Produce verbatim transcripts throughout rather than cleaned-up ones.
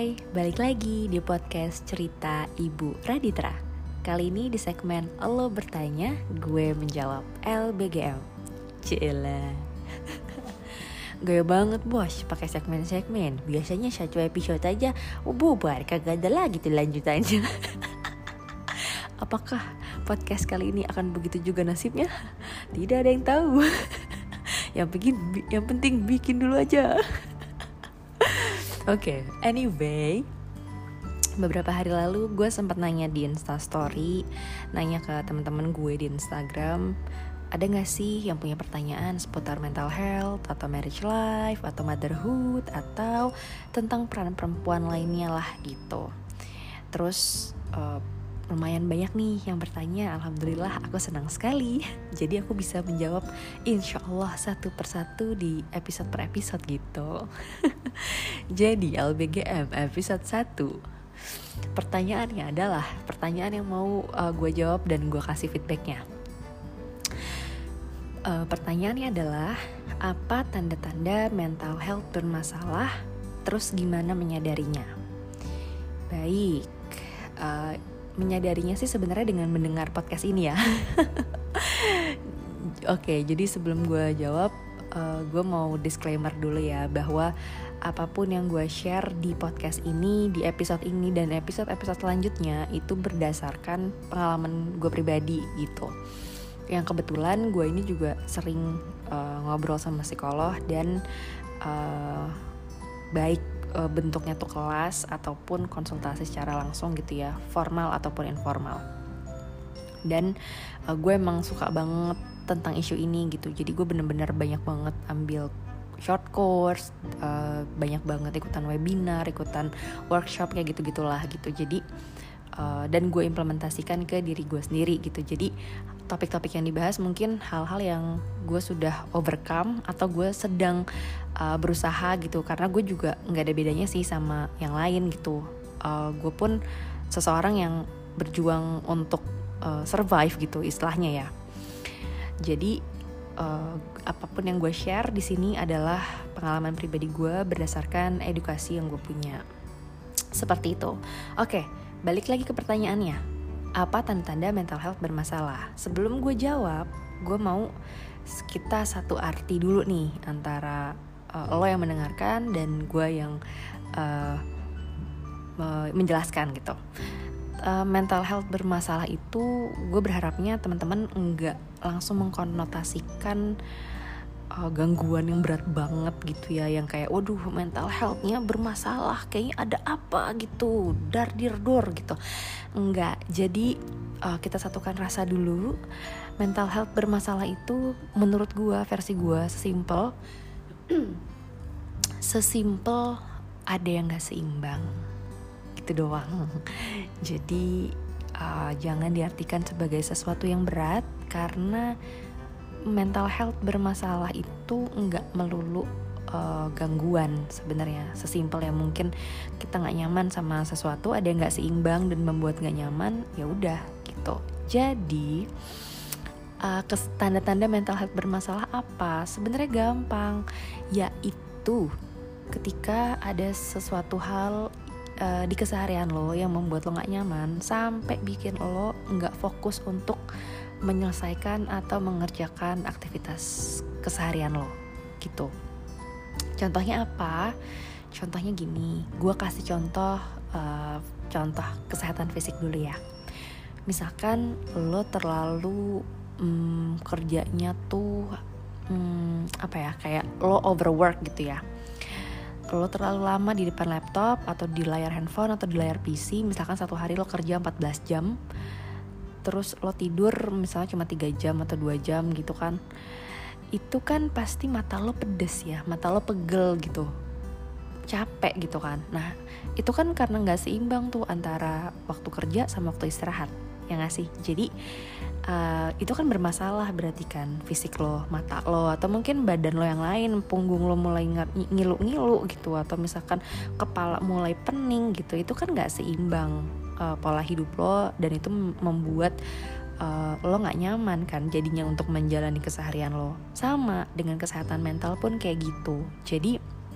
Hai, balik lagi di podcast Cerita Ibu Raditra. Kali ini di segmen Lo Bertanya, gue menjawab L B G M. Cila Gaya banget bos, pakai segmen-segmen. Biasanya satu episode aja oh, bubar, kagak ada lagi tuh lanjutannya. Apakah podcast kali ini akan begitu juga nasibnya? Tidak ada yang tahu. Yang penting, yang penting bikin dulu aja. Oke, okay, anyway, beberapa hari lalu gue sempat nanya di Instastory, nanya ke teman-teman gue di Instagram, ada nggak sih yang punya pertanyaan seputar mental health atau marriage life atau motherhood atau tentang peran perempuan lainnya lah gitu. Terus uh, lumayan banyak nih yang bertanya. Alhamdulillah aku senang sekali. Jadi aku bisa menjawab insya Allah satu persatu di episode per episode gitu. Jadi L B G M episode satu, pertanyaannya adalah pertanyaan yang mau uh, gue jawab dan gue kasih feedbacknya. uh, Pertanyaannya adalah, apa tanda-tanda mental health bermasalah? Terus gimana menyadarinya? Baik, uh, menyadarinya sih sebenarnya dengan mendengar podcast ini ya. Oke, jadi sebelum gue jawab, uh, gue mau disclaimer dulu ya, bahwa apapun yang gue share di podcast ini, di episode ini dan episode-episode selanjutnya itu berdasarkan pengalaman gue pribadi gitu. Yang kebetulan gue ini juga sering uh, ngobrol sama psikolog dan uh, baik bentuknya tuh kelas ataupun konsultasi secara langsung gitu ya, formal ataupun informal. Dan uh, gue emang suka banget tentang isu ini gitu. Jadi gue bener-bener banyak banget ambil short course, uh, banyak banget ikutan webinar, ikutan workshop kayak gitu-gitulah gitu. Jadi uh, dan gue implementasikan ke diri gue sendiri gitu. Jadi topik-topik yang dibahas mungkin hal-hal yang gue sudah overcome atau gue sedang uh, berusaha gitu, karena gue juga nggak ada bedanya sih sama yang lain gitu. Uh, gue pun seseorang yang berjuang untuk uh, survive gitu istilahnya ya. Jadi uh, apapun yang gue share di sini adalah pengalaman pribadi gue berdasarkan edukasi yang gue punya. Seperti itu. Oke, balik lagi ke pertanyaannya. Apa tanda-tanda mental health bermasalah? Sebelum gue jawab, gue mau kita satu arti dulu nih antara uh, lo yang mendengarkan dan gue yang uh, uh, menjelaskan gitu. Uh, mental health bermasalah itu gue berharapnya teman-teman enggak langsung mengkonotasikan uh, gangguan yang berat banget gitu ya, yang kayak waduh mental health-nya bermasalah, kayaknya ada apa gitu, dar dir dor gitu. Enggak, jadi uh, kita satukan rasa dulu. Mental health bermasalah itu menurut gue, versi gue sesimpel sesimpel ada yang gak seimbang gitu doang. Jadi uh, jangan diartikan sebagai sesuatu yang berat, karena mental health bermasalah itu enggak melulu Uh, gangguan sebenarnya. Sesimpel yang mungkin kita nggak nyaman sama sesuatu, ada yang nggak seimbang dan membuat nggak nyaman, ya udah gitu. Jadi uh, kes- tanda-tanda mental health bermasalah apa? Sebenarnya gampang, yaitu ketika ada sesuatu hal uh, di keseharian lo yang membuat lo nggak nyaman sampai bikin lo nggak fokus untuk menyelesaikan atau mengerjakan aktivitas keseharian lo gitu. Contohnya apa? Contohnya gini, gue kasih contoh uh, contoh kesehatan fisik dulu ya. Misalkan lo terlalu um, kerjanya tuh um, apa ya, kayak lo overwork gitu ya. Lo terlalu lama di depan laptop atau di layar handphone atau di layar P C. Misalkan satu hari lo kerja empat belas jam, terus lo tidur misalnya cuma tiga jam atau dua jam gitu kan. Itu kan pasti mata lo pedes ya, mata lo pegel gitu, capek gitu kan. Nah itu kan karena gak seimbang tuh antara waktu kerja sama waktu istirahat, ya gak sih? Jadi uh, itu kan bermasalah berarti kan, fisik lo, mata lo, atau mungkin badan lo yang lain, punggung lo mulai ngilu-ngilu gitu, atau misalkan kepala mulai pening gitu. Itu kan gak seimbang uh, pola hidup lo, dan itu membuat Uh, lo gak nyaman kan jadinya untuk menjalani keseharian lo. Sama dengan kesehatan mental pun kayak gitu. Jadi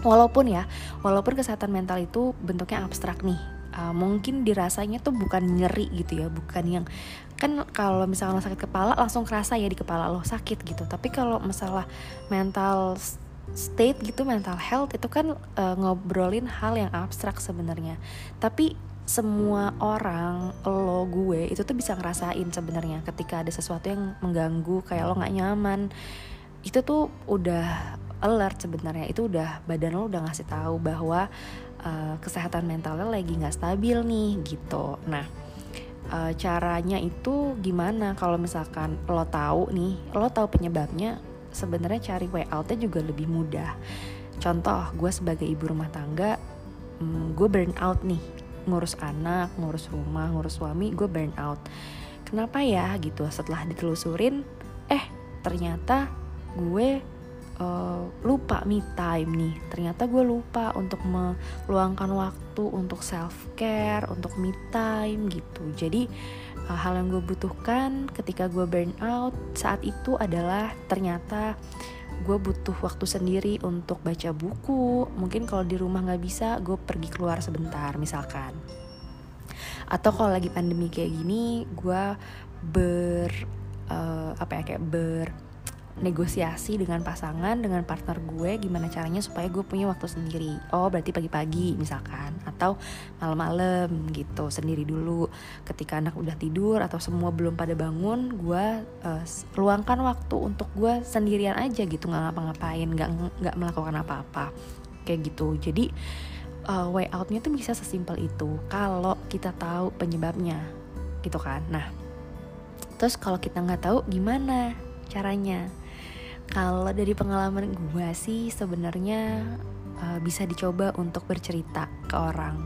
Walaupun ya, walaupun kesehatan mental itu bentuknya abstrak nih, uh, mungkin dirasanya tuh bukan nyeri gitu ya, bukan yang kan kalau misalnya lo sakit kepala langsung kerasa ya di kepala lo sakit gitu. Tapi kalau masalah mental state gitu, mental health itu kan uh, ngobrolin hal yang abstrak sebenarnya. Tapi semua orang, lo, gue itu tuh bisa ngerasain sebenarnya ketika ada sesuatu yang mengganggu, kayak lo nggak nyaman, itu tuh udah alert sebenarnya, itu udah badan lo udah ngasih tahu bahwa uh, kesehatan mentalnya lagi nggak stabil nih gitu. Nah, uh, caranya itu gimana? Kalau misalkan lo tahu nih, lo tahu penyebabnya, sebenarnya cari way outnya juga lebih mudah. Contoh, gue sebagai ibu rumah tangga, um, gue burn out nih, ngurus anak, ngurus rumah, ngurus suami, gue burn out. Kenapa ya gitu? Setelah ditelusurin, eh ternyata gue Uh, lupa me time nih. Ternyata gue lupa untuk meluangkan waktu untuk self care, untuk me time gitu. Jadi uh, hal yang gue butuhkan ketika gue burn out saat itu adalah ternyata gue butuh waktu sendiri untuk baca buku. Mungkin kalau di rumah nggak bisa, gue pergi keluar sebentar misalkan. Atau kalau lagi pandemi kayak gini, gue ber uh, apa ya kayak ber negosiasi dengan pasangan, dengan partner gue, gimana caranya supaya gue punya waktu sendiri. Oh berarti pagi-pagi misalkan, atau malam-malam gitu, sendiri dulu. Ketika anak udah tidur atau semua belum pada bangun, gue uh, luangkan waktu untuk gue sendirian aja gitu, gak ngapa-ngapain, gak, gak melakukan apa-apa kayak gitu. Jadi uh, way outnya tuh bisa sesimpel itu kalau kita tahu penyebabnya gitu kan. Nah terus kalau kita gak tahu gimana caranya? Kalau dari pengalaman gue sih sebenarnya uh, bisa dicoba untuk bercerita ke orang,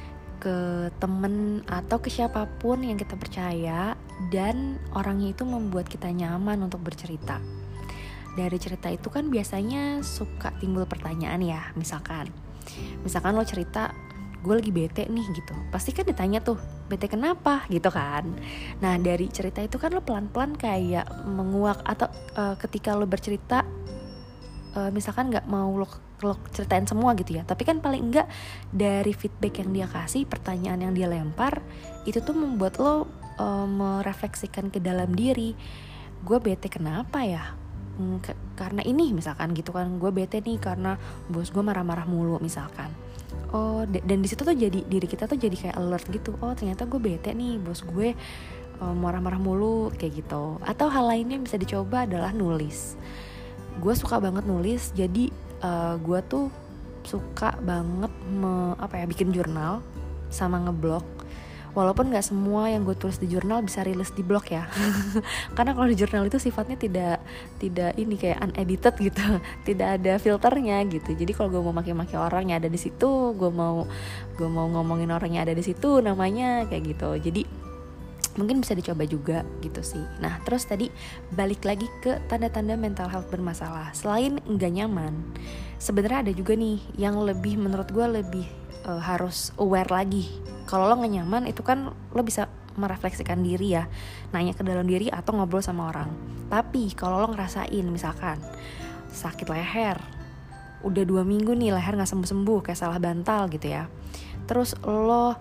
ke temen atau ke siapapun yang kita percaya, dan orangnya itu membuat kita nyaman untuk bercerita. Dari cerita itu kan biasanya suka timbul pertanyaan ya, misalkan misalkan lo cerita, gue lagi bete nih gitu, pasti kan ditanya tuh, bete kenapa gitu kan. Nah dari cerita itu kan lo pelan-pelan kayak menguak, atau uh, ketika lo bercerita uh, misalkan gak mau lo, lo ceritain semua gitu ya, tapi kan paling enggak dari feedback yang dia kasih, pertanyaan yang dia lempar, itu tuh membuat lo uh, merefleksikan ke dalam diri, gue bete kenapa ya, hmm, ke- karena ini misalkan gitu kan, gue bete nih karena bos gue marah-marah mulu misalkan. Oh, dan di situ tuh jadi diri kita tuh jadi kayak alert gitu. Oh, ternyata gue bete nih, bos gue uh, marah-marah mulu kayak gitu. Atau hal lainnya yang bisa dicoba adalah nulis. Gue suka banget nulis, jadi uh, gue tuh suka banget me, apa ya, bikin jurnal sama ngeblog. Walaupun nggak semua yang gue tulis di jurnal bisa rilis di blog ya, karena kalau di jurnal itu sifatnya tidak tidak ini kayak unedited gitu, tidak ada filternya gitu. Jadi kalau gue mau maki-maki orangnya ada di situ, gue mau gue mau ngomongin orangnya ada di situ, namanya kayak gitu. Jadi mungkin bisa dicoba juga gitu sih. Nah terus tadi balik lagi ke tanda-tanda mental health bermasalah. Selain nggak nyaman, sebenarnya ada juga nih yang lebih, menurut gue lebih uh, harus aware lagi. Kalau lo gak nyaman itu kan lo bisa merefleksikan diri ya, nanya ke dalam diri atau ngobrol sama orang. Tapi kalau lo ngerasain misalkan sakit leher, udah dua minggu nih leher gak sembuh-sembuh, kayak salah bantal gitu ya. Terus lo uh,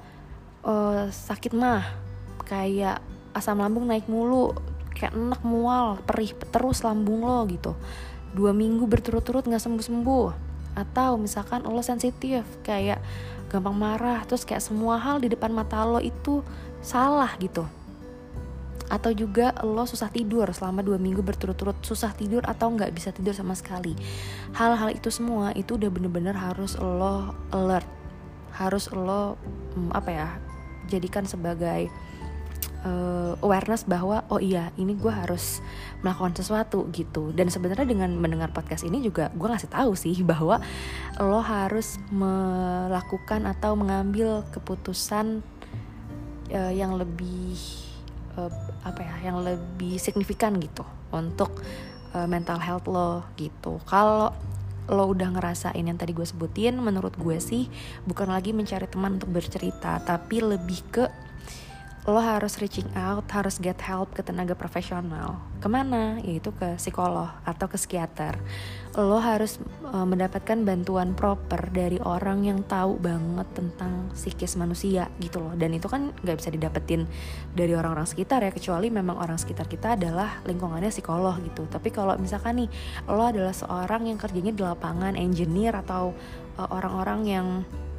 sakit mah, kayak asam lambung naik mulu, kayak enek, mual, perih terus lambung lo gitu, dua minggu berturut-turut gak sembuh-sembuh. Atau misalkan lo sensitif, kayak gampang marah, terus kayak semua hal di depan mata lo itu salah gitu. Atau juga lo susah tidur selama dua minggu berturut-turut, susah tidur atau gak bisa tidur sama sekali. Hal-hal itu semua itu udah bener-bener harus lo alert, harus lo hmm, apa ya, jadikan sebagai uh, awareness bahwa oh iya ini gue harus melakukan sesuatu gitu. Dan sebenarnya dengan mendengar podcast ini juga gue ngasih tahu sih bahwa lo harus melakukan atau mengambil keputusan uh, yang lebih uh, apa ya, yang lebih signifikan gitu untuk uh, mental health lo gitu. Kalau lo udah ngerasain yang tadi gue sebutin, menurut gue sih bukan lagi mencari teman untuk bercerita, tapi lebih ke lo harus reaching out, harus get help ke tenaga profesional. Kemana? Yaitu ke psikolog atau ke psikiater. Lo harus uh, mendapatkan bantuan proper dari orang yang tahu banget tentang psikis manusia gitu loh. Dan itu kan gak bisa didapetin dari orang-orang sekitar ya, kecuali memang orang sekitar kita adalah lingkungannya psikolog gitu. Tapi kalau misalkan nih lo adalah seorang yang kerjanya di lapangan, engineer atau uh, orang-orang yang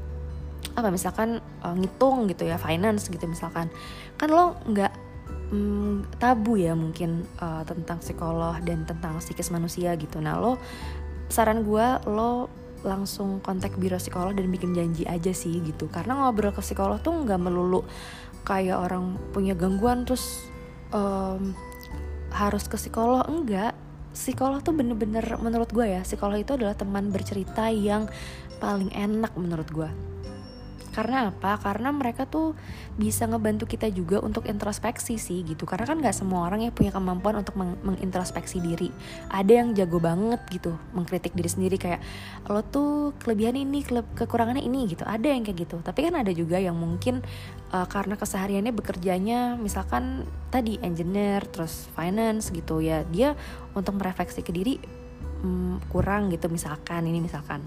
apa misalkan uh, ngitung gitu ya, finance gitu misalkan, kan lo nggak mm, tabu ya mungkin uh, tentang psikolog dan tentang psikis manusia gitu. Nah lo, saran gue lo langsung kontak biro psikolog dan bikin janji aja sih gitu, karena ngobrol ke psikolog tuh nggak melulu kayak orang punya gangguan terus um, harus ke psikolog, enggak. Psikolog tuh bener-bener menurut gue ya, psikolog itu adalah teman bercerita yang paling enak menurut gue. Karena apa? Karena mereka tuh bisa ngebantu kita juga untuk introspeksi sih gitu. Karena kan gak semua orang ya punya kemampuan untuk meng- mengintrospeksi diri. Ada yang jago banget gitu mengkritik diri sendiri, kayak lo tuh kelebihan ini, kele- kekurangannya ini gitu. Ada yang kayak gitu. Tapi kan ada juga yang mungkin uh, karena kesehariannya bekerjanya misalkan tadi engineer terus finance gitu ya, dia untuk merefleksi ke diri hmm, kurang gitu misalkan ini misalkan.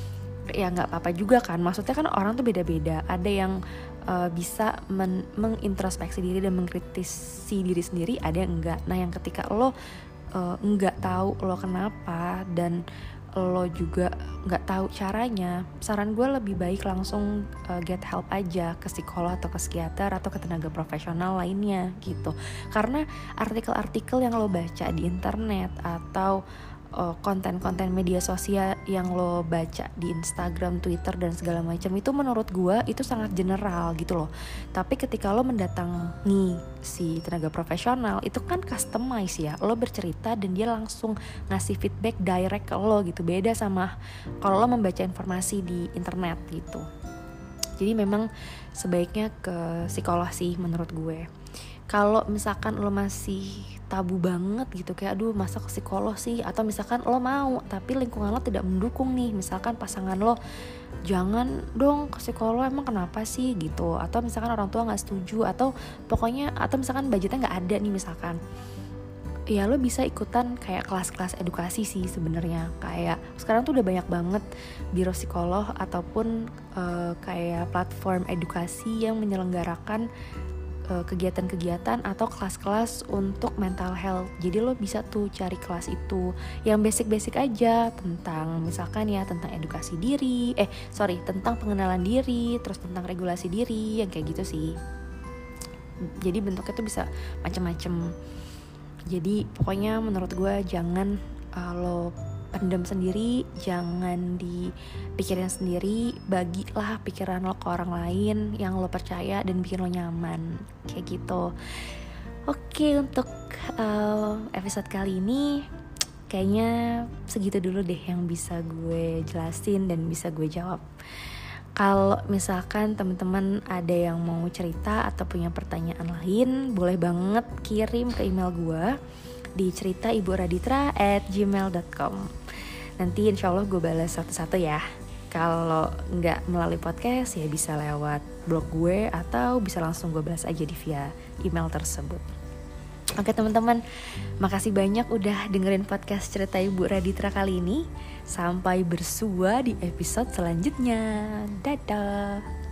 Ya nggak apa-apa juga kan, maksudnya kan orang tuh beda-beda. Ada yang uh, bisa men- mengintrospeksi diri dan mengkritisi diri sendiri, ada yang enggak. Nah yang ketika lo uh, nggak tahu lo kenapa dan lo juga nggak tahu caranya, saran gue lebih baik langsung uh, get help aja ke psikolog atau ke psikiater atau ke tenaga profesional lainnya gitu. Karena artikel-artikel yang lo baca di internet atau Uh, konten-konten media sosial yang lo baca di Instagram, Twitter dan segala macam itu menurut gue itu sangat general gitu loh. Tapi ketika lo mendatangi si tenaga profesional itu kan customize ya, lo bercerita dan dia langsung ngasih feedback direct ke lo gitu. Beda sama kalau lo membaca informasi di internet gitu. Jadi memang sebaiknya ke psikolog sih menurut gue. Kalau misalkan lo masih tabu banget gitu, kayak aduh masa ke psikolog sih, atau misalkan lo mau tapi lingkungan lo tidak mendukung nih, misalkan pasangan lo jangan dong ke psikolog emang kenapa sih gitu, atau misalkan orang tua nggak setuju, atau pokoknya atau misalkan budgetnya nggak ada nih misalkan, ya lo bisa ikutan kayak kelas-kelas edukasi sih sebenarnya. Kayak sekarang tuh udah banyak banget biro psikolog ataupun uh, kayak platform edukasi yang menyelenggarakan kegiatan-kegiatan atau kelas-kelas untuk mental health. Jadi lo bisa tuh cari kelas itu yang basic-basic aja tentang misalkan ya tentang edukasi diri, eh sorry tentang pengenalan diri, terus tentang regulasi diri yang kayak gitu sih. Jadi bentuknya tuh bisa macam-macam. Jadi pokoknya menurut gue jangan uh, lo pendam sendiri, jangan dipikirin sendiri, bagilah pikiran lo ke orang lain yang lo percaya dan bikin lo nyaman, kayak gitu. Oke, untuk uh, episode kali ini kayaknya segitu dulu deh yang bisa gue jelasin dan bisa gue jawab. Kalau misalkan teman-teman ada yang mau cerita atau punya pertanyaan lain, boleh banget kirim ke email gue di cerita ibu raditra at gmail dot com. Nanti insya Allah gue balas satu-satu ya. Kalau nggak melalui podcast ya bisa lewat blog gue atau bisa langsung gue balas aja di via email tersebut. Oke teman-teman, makasih banyak udah dengerin podcast cerita Ibu Raditra kali ini. Sampai bersua di episode selanjutnya. Dadah.